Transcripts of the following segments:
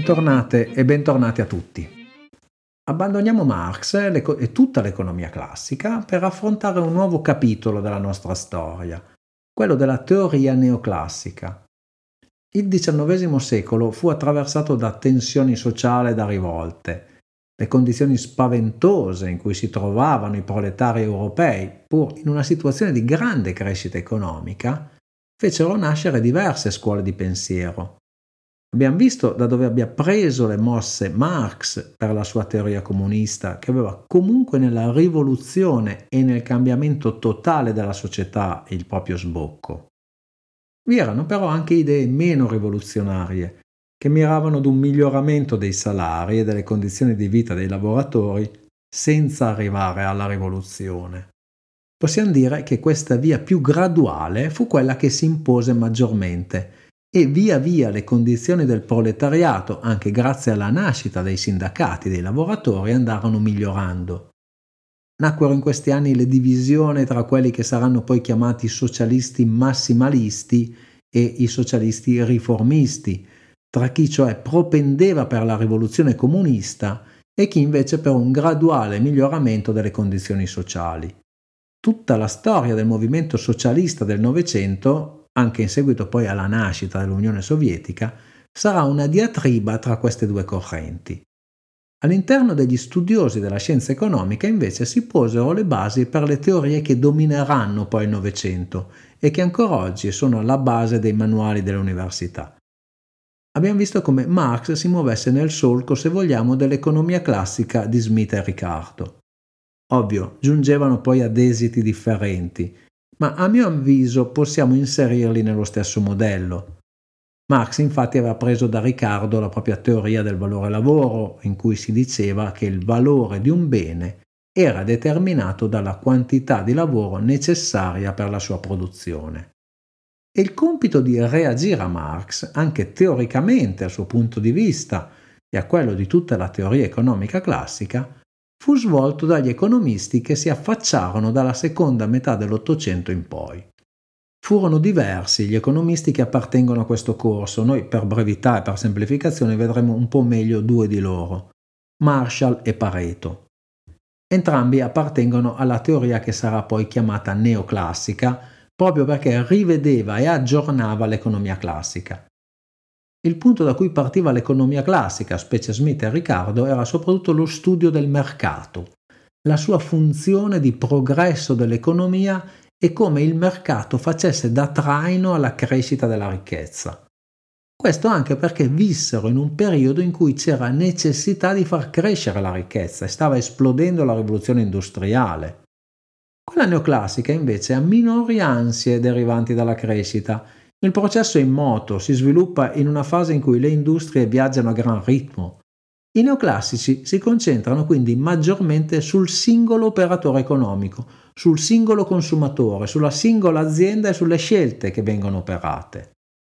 Bentornate e bentornati a tutti. Abbandoniamo Marx e tutta l'economia classica per affrontare un nuovo capitolo della nostra storia, quello della teoria neoclassica. Il XIX secolo fu attraversato da tensioni sociali e da rivolte. Le condizioni spaventose in cui si trovavano i proletari europei, pur in una situazione di grande crescita economica, fecero nascere diverse scuole di pensiero. Abbiamo visto da dove abbia preso le mosse Marx per la sua teoria comunista, che aveva comunque nella rivoluzione e nel cambiamento totale della società il proprio sbocco. Vi erano però anche idee meno rivoluzionarie, che miravano ad un miglioramento dei salari e delle condizioni di vita dei lavoratori senza arrivare alla rivoluzione. Possiamo dire che questa via più graduale fu quella che si impose maggiormente e via via le condizioni del proletariato, anche grazie alla nascita dei sindacati dei lavoratori, andarono migliorando. Nacquero in questi anni le divisioni tra quelli che saranno poi chiamati socialisti massimalisti e i socialisti riformisti, tra chi cioè propendeva per la rivoluzione comunista e chi invece per un graduale miglioramento delle condizioni sociali. Tutta la storia del movimento socialista del Novecento, anche in seguito poi alla nascita dell'Unione Sovietica, sarà una diatriba tra queste due correnti. All'interno degli studiosi della scienza economica invece si posero le basi per le teorie che domineranno poi il Novecento e che ancora oggi sono alla base dei manuali delle università. Abbiamo visto come Marx si muovesse nel solco, se vogliamo, dell'economia classica di Smith e Ricardo. Ovvio, giungevano poi ad esiti differenti, ma a mio avviso possiamo inserirli nello stesso modello. Marx infatti aveva preso da Ricardo la propria teoria del valore lavoro, in cui si diceva che il valore di un bene era determinato dalla quantità di lavoro necessaria per la sua produzione. E il compito di reagire a Marx, anche teoricamente al suo punto di vista e a quello di tutta la teoria economica classica, fu svolto dagli economisti che si affacciarono dalla seconda metà dell'Ottocento in poi. Furono diversi gli economisti che appartengono a questo corso, noi per brevità e per semplificazione vedremo un po' meglio due di loro, Marshall e Pareto. Entrambi appartengono alla teoria che sarà poi chiamata neoclassica, proprio perché rivedeva e aggiornava l'economia classica. Il punto da cui partiva l'economia classica, specie Smith e Ricardo, era soprattutto lo studio del mercato, la sua funzione di progresso dell'economia e come il mercato facesse da traino alla crescita della ricchezza. Questo anche perché vissero in un periodo in cui c'era necessità di far crescere la ricchezza e stava esplodendo la rivoluzione industriale. Quella neoclassica invece ha minori ansie derivanti dalla crescita. Il processo è in moto, si sviluppa in una fase in cui le industrie viaggiano a gran ritmo. I neoclassici si concentrano quindi maggiormente sul singolo operatore economico, sul singolo consumatore, sulla singola azienda e sulle scelte che vengono operate.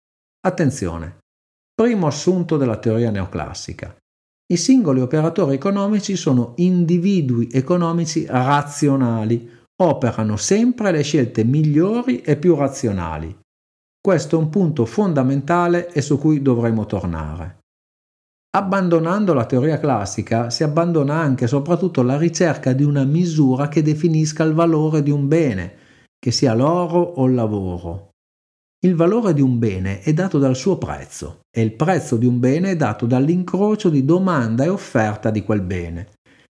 Attenzione! Primo assunto della teoria neoclassica. I singoli operatori economici sono individui economici razionali, operano sempre le scelte migliori e più razionali. Questo è un punto fondamentale e su cui dovremo tornare. Abbandonando la teoria classica si abbandona anche e soprattutto la ricerca di una misura che definisca il valore di un bene, che sia l'oro o il lavoro. Il valore di un bene è dato dal suo prezzo e il prezzo di un bene è dato dall'incrocio di domanda e offerta di quel bene.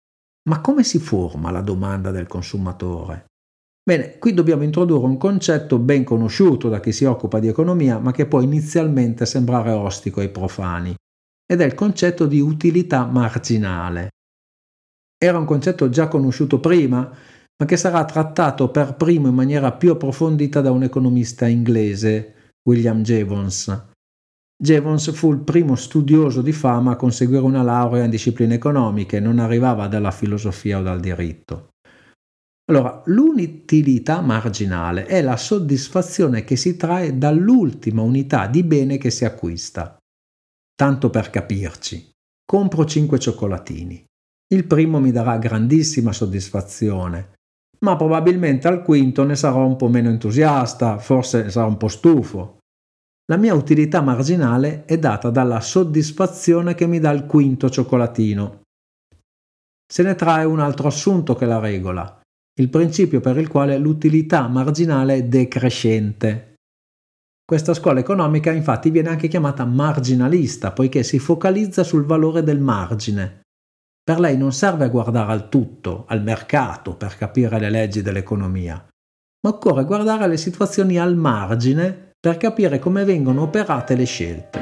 Ma come si forma la domanda del consumatore? Bene, qui dobbiamo introdurre un concetto ben conosciuto da chi si occupa di economia, ma che può inizialmente sembrare ostico ai profani, ed è il concetto di utilità marginale. Era un concetto già conosciuto prima, ma che sarà trattato per primo in maniera più approfondita da un economista inglese, William Jevons. Jevons fu il primo studioso di fama a conseguire una laurea in discipline economiche, non arrivava dalla filosofia o dal diritto. Allora, l'utilità marginale è la soddisfazione che si trae dall'ultima unità di bene che si acquista. Tanto per capirci, compro 5 cioccolatini. Il primo mi darà grandissima soddisfazione, ma probabilmente al quinto ne sarò un po' meno entusiasta, forse sarò un po' stufo. La mia utilità marginale è data dalla soddisfazione che mi dà il quinto cioccolatino. Se ne trae un altro assunto che la regola, il principio per il quale l'utilità marginale è decrescente. Questa scuola economica infatti viene anche chiamata marginalista, poiché si focalizza sul valore del margine. Per lei non serve a guardare al tutto, al mercato, per capire le leggi dell'economia, ma occorre guardare le situazioni al margine per capire come vengono operate le scelte.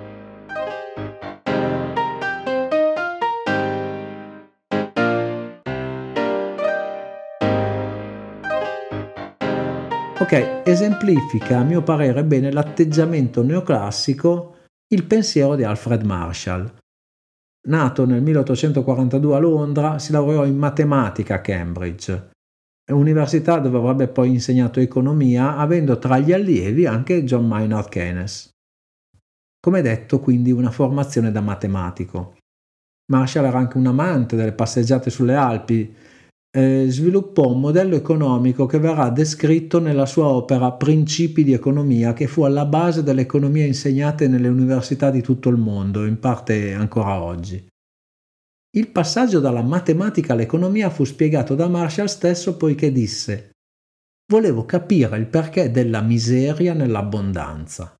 Ok, esemplifica a mio parere bene l'atteggiamento neoclassico il pensiero di Alfred Marshall. Nato nel 1842 a Londra, si laureò in matematica a Cambridge, università dove avrebbe poi insegnato economia, avendo tra gli allievi anche John Maynard Keynes. Come detto, quindi una formazione da matematico. Marshall era anche un amante delle passeggiate sulle Alpi. Sviluppò un modello economico che verrà descritto nella sua opera Principi di economia, che fu alla base delle economie insegnate nelle università di tutto il mondo, in parte ancora oggi. Il passaggio dalla matematica all'economia fu spiegato da Marshall stesso poiché disse: «Volevo capire il perché della miseria nell'abbondanza».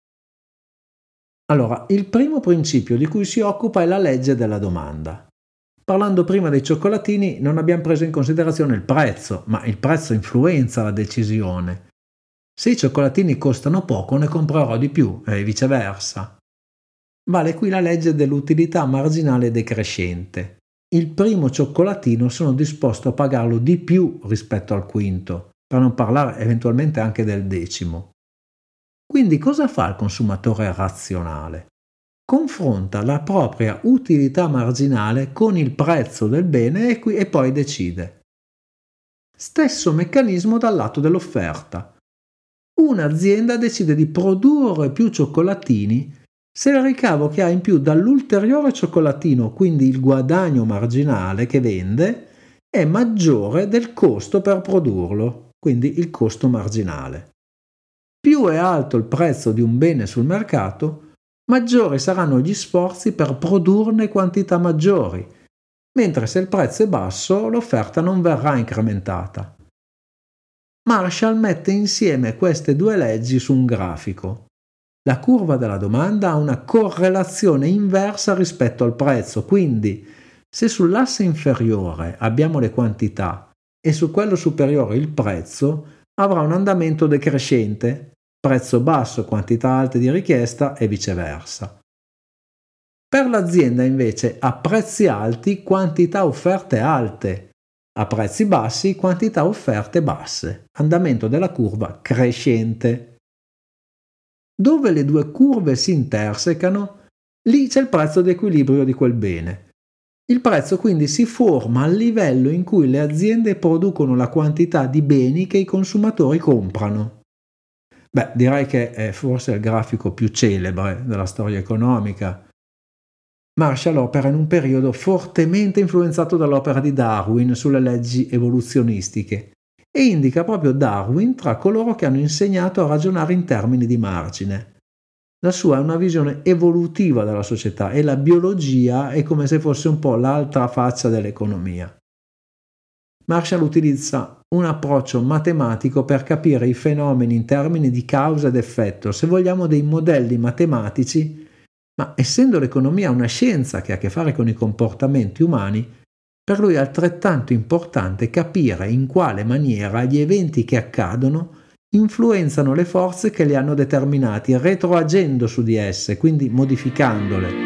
Allora, il primo principio di cui si occupa è la legge della domanda. Parlando prima dei cioccolatini non abbiamo preso in considerazione il prezzo, ma il prezzo influenza la decisione. Se i cioccolatini costano poco ne comprerò di più e viceversa. Vale qui la legge dell'utilità marginale decrescente. Il primo cioccolatino sono disposto a pagarlo di più rispetto al quinto, per non parlare eventualmente anche del decimo. Quindi cosa fa il consumatore razionale? Confronta la propria utilità marginale con il prezzo del bene e poi decide. Stesso meccanismo dal lato dell'offerta. Un'azienda decide di produrre più cioccolatini se il ricavo che ha in più dall'ulteriore cioccolatino, quindi il guadagno marginale che vende, è maggiore del costo per produrlo, quindi il costo marginale. Più è alto il prezzo di un bene sul mercato, maggiori saranno gli sforzi per produrne quantità maggiori, mentre se il prezzo è basso l'offerta non verrà incrementata. Marshall mette insieme queste due leggi su un grafico. La curva della domanda ha una correlazione inversa rispetto al prezzo, quindi se sull'asse inferiore abbiamo le quantità e su quello superiore il prezzo, avrà un andamento decrescente, prezzo basso, quantità alte di richiesta e viceversa. Per l'azienda invece a prezzi alti quantità offerte alte, a prezzi bassi quantità offerte basse, andamento della curva crescente. Dove le due curve si intersecano, lì c'è il prezzo di equilibrio di quel bene. Il prezzo quindi si forma al livello in cui le aziende producono la quantità di beni che i consumatori comprano. Direi che è forse il grafico più celebre della storia economica. Marshall opera in un periodo fortemente influenzato dall'opera di Darwin sulle leggi evoluzionistiche e indica proprio Darwin tra coloro che hanno insegnato a ragionare in termini di margine. La sua è una visione evolutiva della società e la biologia è come se fosse un po' l'altra faccia dell'economia. Marshall utilizza un approccio matematico per capire i fenomeni in termini di causa ed effetto, se vogliamo dei modelli matematici, ma essendo l'economia una scienza che ha a che fare con i comportamenti umani, per lui è altrettanto importante capire in quale maniera gli eventi che accadono influenzano le forze che li hanno determinati, retroagendo su di esse, quindi modificandole.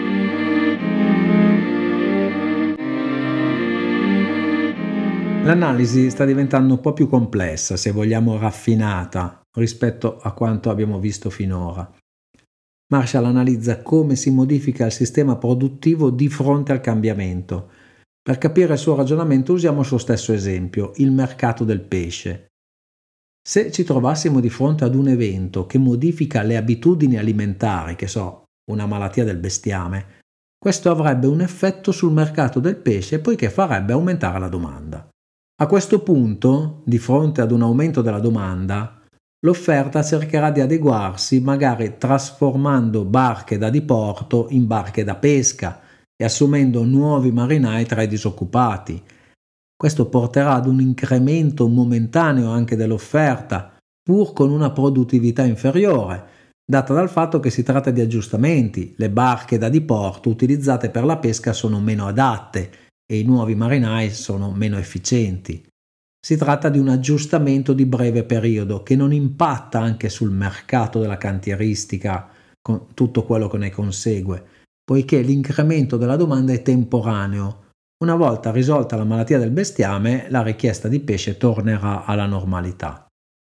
L'analisi sta diventando un po' più complessa, se vogliamo raffinata, rispetto a quanto abbiamo visto finora. Marshall analizza come si modifica il sistema produttivo di fronte al cambiamento. Per capire il suo ragionamento usiamo il suo stesso esempio, il mercato del pesce. Se ci trovassimo di fronte ad un evento che modifica le abitudini alimentari, che so, una malattia del bestiame, questo avrebbe un effetto sul mercato del pesce poiché farebbe aumentare la domanda. A questo punto, di fronte ad un aumento della domanda, l'offerta cercherà di adeguarsi, magari trasformando barche da diporto in barche da pesca e assumendo nuovi marinai tra i disoccupati. Questo porterà ad un incremento momentaneo anche dell'offerta, pur con una produttività inferiore, data dal fatto che si tratta di aggiustamenti. Le barche da diporto utilizzate per la pesca sono meno adatte e i nuovi marinai sono meno efficienti. Si tratta di un aggiustamento di breve periodo che non impatta anche sul mercato della cantieristica, con tutto quello che ne consegue, poiché l'incremento della domanda è temporaneo. Una volta risolta la malattia del bestiame, la richiesta di pesce tornerà alla normalità.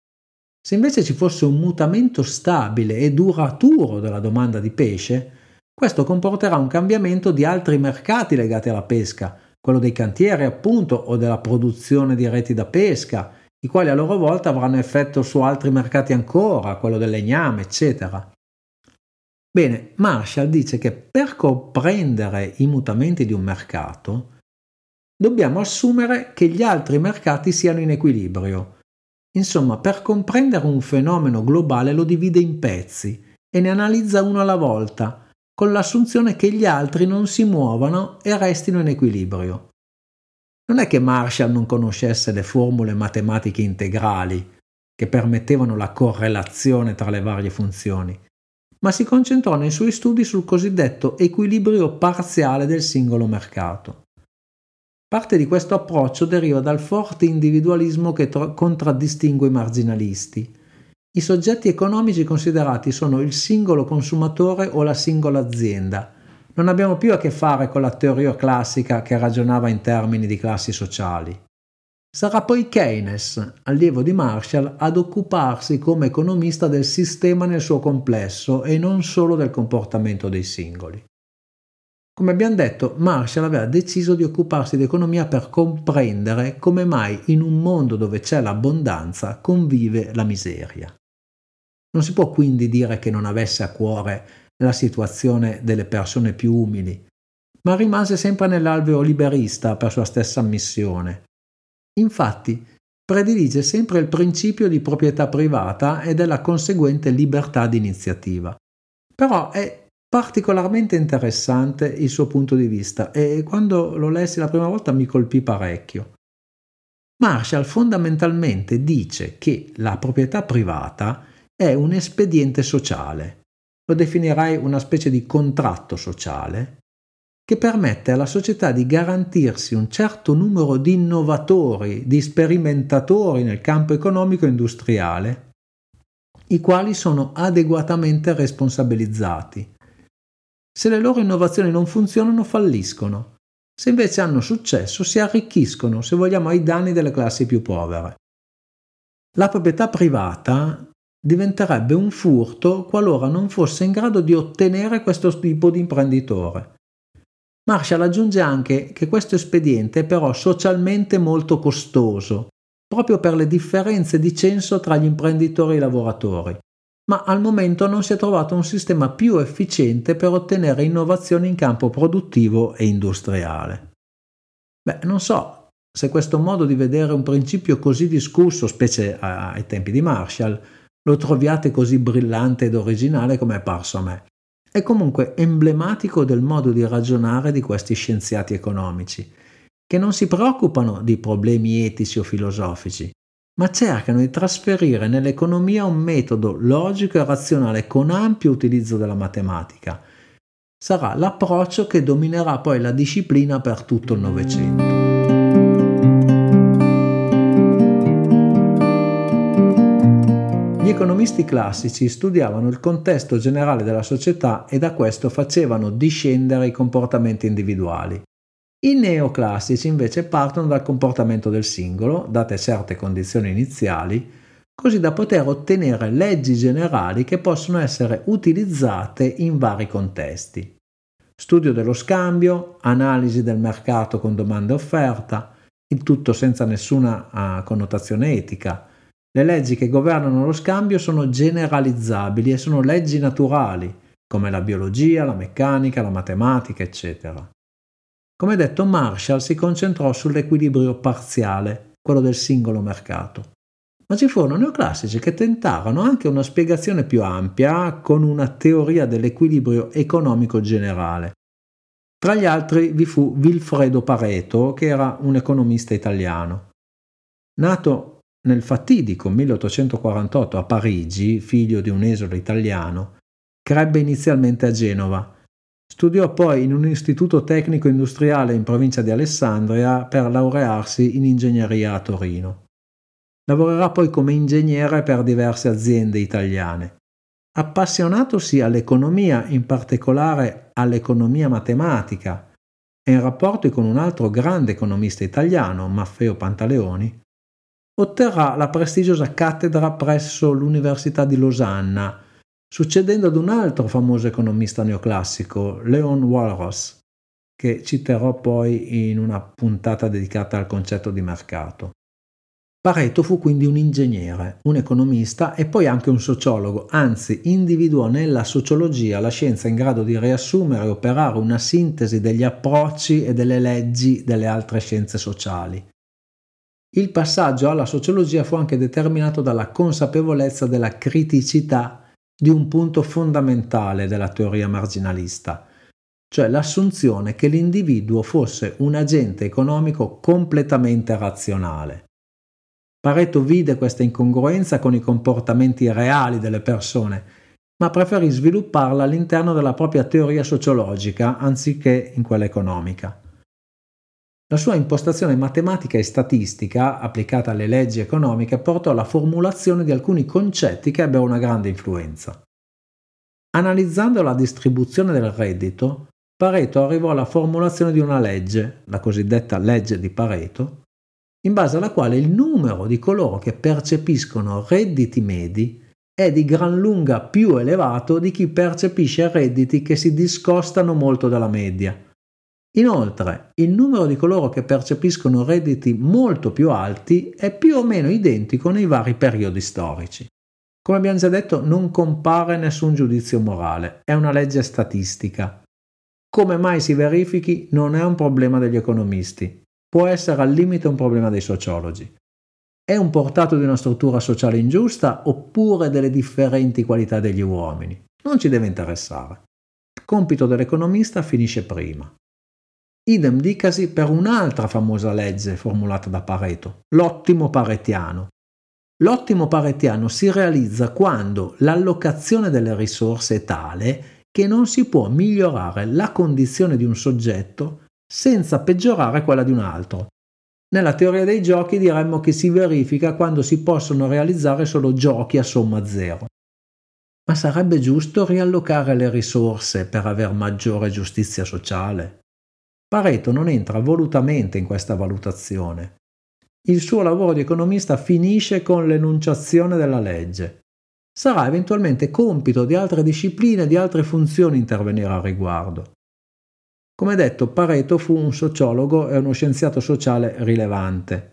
Se invece ci fosse un mutamento stabile e duraturo della domanda di pesce, questo comporterà un cambiamento di altri mercati legati alla pesca, quello dei cantieri appunto o della produzione di reti da pesca, i quali a loro volta avranno effetto su altri mercati ancora, quello del legname, eccetera. Bene, Marshall dice che per comprendere i mutamenti di un mercato, dobbiamo assumere che gli altri mercati siano in equilibrio. Insomma, per comprendere un fenomeno globale lo divide in pezzi e ne analizza uno alla volta, con l'assunzione che gli altri non si muovano e restino in equilibrio. Non è che Marshall non conoscesse le formule matematiche integrali che permettevano la correlazione tra le varie funzioni, ma si concentrò nei suoi studi sul cosiddetto equilibrio parziale del singolo mercato. Parte di questo approccio deriva dal forte individualismo che contraddistingue i marginalisti. I soggetti economici considerati sono il singolo consumatore o la singola azienda. Non abbiamo più a che fare con la teoria classica che ragionava in termini di classi sociali. Sarà poi Keynes, allievo di Marshall, ad occuparsi come economista del sistema nel suo complesso e non solo del comportamento dei singoli. Come abbiamo detto, Marshall aveva deciso di occuparsi di economia per comprendere come mai in un mondo dove c'è l'abbondanza convive la miseria. Non si può quindi dire che non avesse a cuore la situazione delle persone più umili, ma rimase sempre nell'alveo liberista per sua stessa ammissione. Infatti, predilige sempre il principio di proprietà privata e della conseguente libertà di iniziativa. Però è particolarmente interessante il suo punto di vista e quando lo lessi la prima volta mi colpì parecchio. Marshall fondamentalmente dice che la proprietà privata è un espediente sociale, lo definirei una specie di contratto sociale, che permette alla società di garantirsi un certo numero di innovatori, di sperimentatori nel campo economico e industriale, i quali sono adeguatamente responsabilizzati. Se le loro innovazioni non funzionano, falliscono. Se invece hanno successo, si arricchiscono, se vogliamo, ai danni delle classi più povere. La proprietà privata diventerebbe un furto qualora non fosse in grado di ottenere questo tipo di imprenditore. Marshall aggiunge anche che questo espediente è però socialmente molto costoso, proprio per le differenze di censo tra gli imprenditori e i lavoratori. Ma al momento non si è trovato un sistema più efficiente per ottenere innovazioni in campo produttivo e industriale. Non so se questo modo di vedere un principio così discusso, specie ai tempi di Marshall, lo troviate così brillante ed originale come è parso a me. È comunque emblematico del modo di ragionare di questi scienziati economici, che non si preoccupano di problemi etici o filosofici, ma cercano di trasferire nell'economia un metodo logico e razionale con ampio utilizzo della matematica. Sarà l'approccio che dominerà poi la disciplina per tutto il Novecento. Gli economisti classici studiavano il contesto generale della società e da questo facevano discendere i comportamenti individuali. I neoclassici invece partono dal comportamento del singolo, date certe condizioni iniziali, così da poter ottenere leggi generali che possono essere utilizzate in vari contesti. Studio dello scambio, analisi del mercato con domanda e offerta, il tutto senza nessuna connotazione etica. Le leggi che governano lo scambio sono generalizzabili e sono leggi naturali, come la biologia, la meccanica, la matematica, eccetera. Come detto, Marshall si concentrò sull'equilibrio parziale, quello del singolo mercato. Ma ci furono neoclassici che tentarono anche una spiegazione più ampia con una teoria dell'equilibrio economico generale. Tra gli altri vi fu Vilfredo Pareto, che era un economista italiano. Nato nel fatidico 1848 a Parigi, figlio di un esule italiano, crebbe inizialmente a Genova. Studiò poi in un istituto tecnico industriale in provincia di Alessandria per laurearsi in ingegneria a Torino. Lavorerà poi come ingegnere per diverse aziende italiane. Appassionatosi all'economia, in particolare all'economia matematica, e in rapporti con un altro grande economista italiano, Maffeo Pantaleoni, otterrà la prestigiosa cattedra presso l'Università di Losanna, succedendo ad un altro famoso economista neoclassico, Leon Walras, che citerò poi in una puntata dedicata al concetto di mercato. Pareto fu quindi un ingegnere, un economista e poi anche un sociologo, anzi individuò nella sociologia la scienza in grado di riassumere e operare una sintesi degli approcci e delle leggi delle altre scienze sociali. Il passaggio alla sociologia fu anche determinato dalla consapevolezza della criticità di un punto fondamentale della teoria marginalista, cioè l'assunzione che l'individuo fosse un agente economico completamente razionale. Pareto vide questa incongruenza con i comportamenti reali delle persone, ma preferì svilupparla all'interno della propria teoria sociologica anziché in quella economica. La sua impostazione matematica e statistica, applicata alle leggi economiche, portò alla formulazione di alcuni concetti che ebbero una grande influenza. Analizzando la distribuzione del reddito, Pareto arrivò alla formulazione di una legge, la cosiddetta legge di Pareto, in base alla quale il numero di coloro che percepiscono redditi medi è di gran lunga più elevato di chi percepisce redditi che si discostano molto dalla media. Inoltre, il numero di coloro che percepiscono redditi molto più alti è più o meno identico nei vari periodi storici. Come abbiamo già detto, non compare nessun giudizio morale, è una legge statistica. Come mai si verifichi non è un problema degli economisti, può essere al limite un problema dei sociologi. È un portato di una struttura sociale ingiusta oppure delle differenti qualità degli uomini? Non ci deve interessare. Il compito dell'economista finisce prima. Idem dicasi per un'altra famosa legge formulata da Pareto, l'ottimo paretiano. L'ottimo paretiano si realizza quando l'allocazione delle risorse è tale che non si può migliorare la condizione di un soggetto senza peggiorare quella di un altro. Nella teoria dei giochi diremmo che si verifica quando si possono realizzare solo giochi a somma zero. Ma sarebbe giusto riallocare le risorse per aver maggiore giustizia sociale? Pareto non entra volutamente in questa valutazione. Il suo lavoro di economista finisce con l'enunciazione della legge. Sarà eventualmente compito di altre discipline e di altre funzioni intervenire al riguardo. Come detto, Pareto fu un sociologo e uno scienziato sociale rilevante.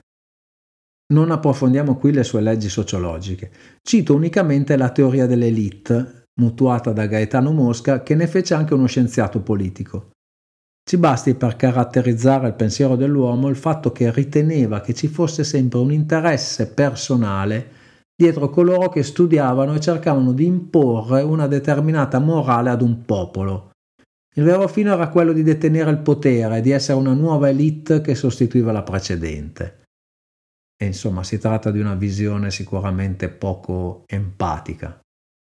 Non approfondiamo qui le sue leggi sociologiche. Cito unicamente la teoria dell'élite, mutuata da Gaetano Mosca, che ne fece anche uno scienziato politico. Ci basti per caratterizzare il pensiero dell'uomo il fatto che riteneva che ci fosse sempre un interesse personale dietro coloro che studiavano e cercavano di imporre una determinata morale ad un popolo. Il vero fine era quello di detenere il potere e di essere una nuova élite che sostituiva la precedente. E insomma, si tratta di una visione sicuramente poco empatica.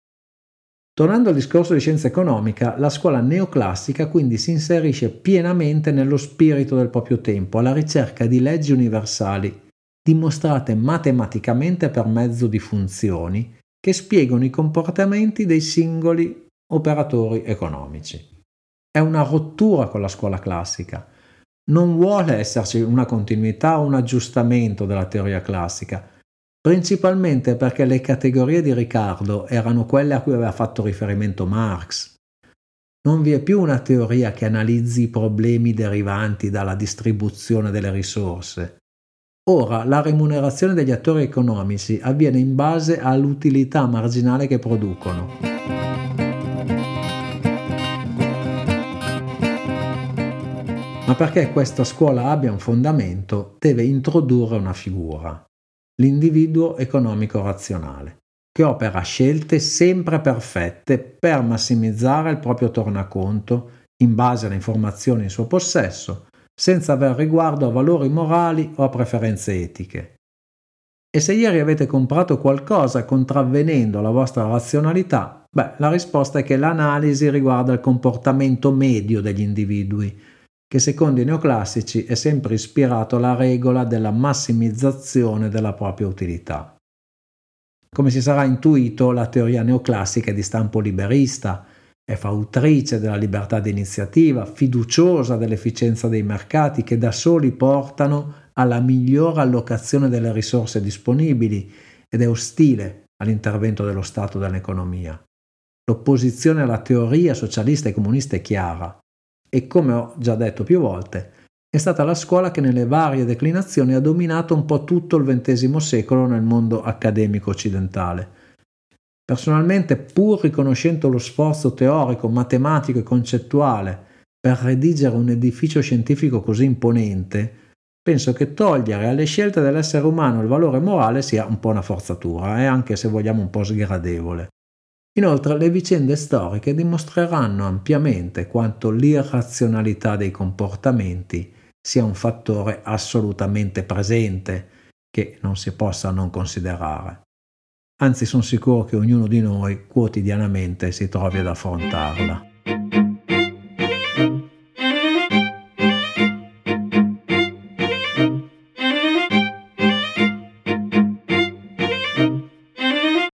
Tornando al discorso di scienza economica, la scuola neoclassica quindi si inserisce pienamente nello spirito del proprio tempo, alla ricerca di leggi universali, dimostrate matematicamente per mezzo di funzioni che spiegano i comportamenti dei singoli operatori economici. È una rottura con la scuola classica. Non vuole esserci una continuità o un aggiustamento della teoria classica, principalmente perché le categorie di Ricardo erano quelle a cui aveva fatto riferimento Marx. Non vi è più una teoria che analizzi i problemi derivanti dalla distribuzione delle risorse. Ora la remunerazione degli attori economici avviene in base all'utilità marginale che producono. Ma perché questa scuola abbia un fondamento, deve introdurre una figura. l'individuo economico razionale, che opera scelte sempre perfette per massimizzare il proprio tornaconto in base alle informazioni in suo possesso, senza aver riguardo a valori morali o a preferenze etiche. E se ieri avete comprato qualcosa contravvenendo alla vostra razionalità, la risposta è che l'analisi riguarda il comportamento medio degli individui, che secondo i neoclassici è sempre ispirato alla regola della massimizzazione della propria utilità. Come si sarà intuito, la teoria neoclassica è di stampo liberista, è fautrice della libertà di iniziativa, fiduciosa dell'efficienza dei mercati che da soli portano alla migliore allocazione delle risorse disponibili ed è ostile all'intervento dello Stato nell'economia. L'opposizione alla teoria socialista e comunista è chiara e, come ho già detto più volte, è stata la scuola che nelle varie declinazioni ha dominato un po' tutto il XX secolo nel mondo accademico occidentale. Personalmente, pur riconoscendo lo sforzo teorico, matematico e concettuale per redigere un edificio scientifico così imponente, penso che togliere alle scelte dell'essere umano il valore morale sia un po' una forzatura, anche se vogliamo un po' sgradevole. Inoltre, le vicende storiche dimostreranno ampiamente quanto l'irrazionalità dei comportamenti sia un fattore assolutamente presente che non si possa non considerare. Anzi, sono sicuro che ognuno di noi quotidianamente si trovi ad affrontarla.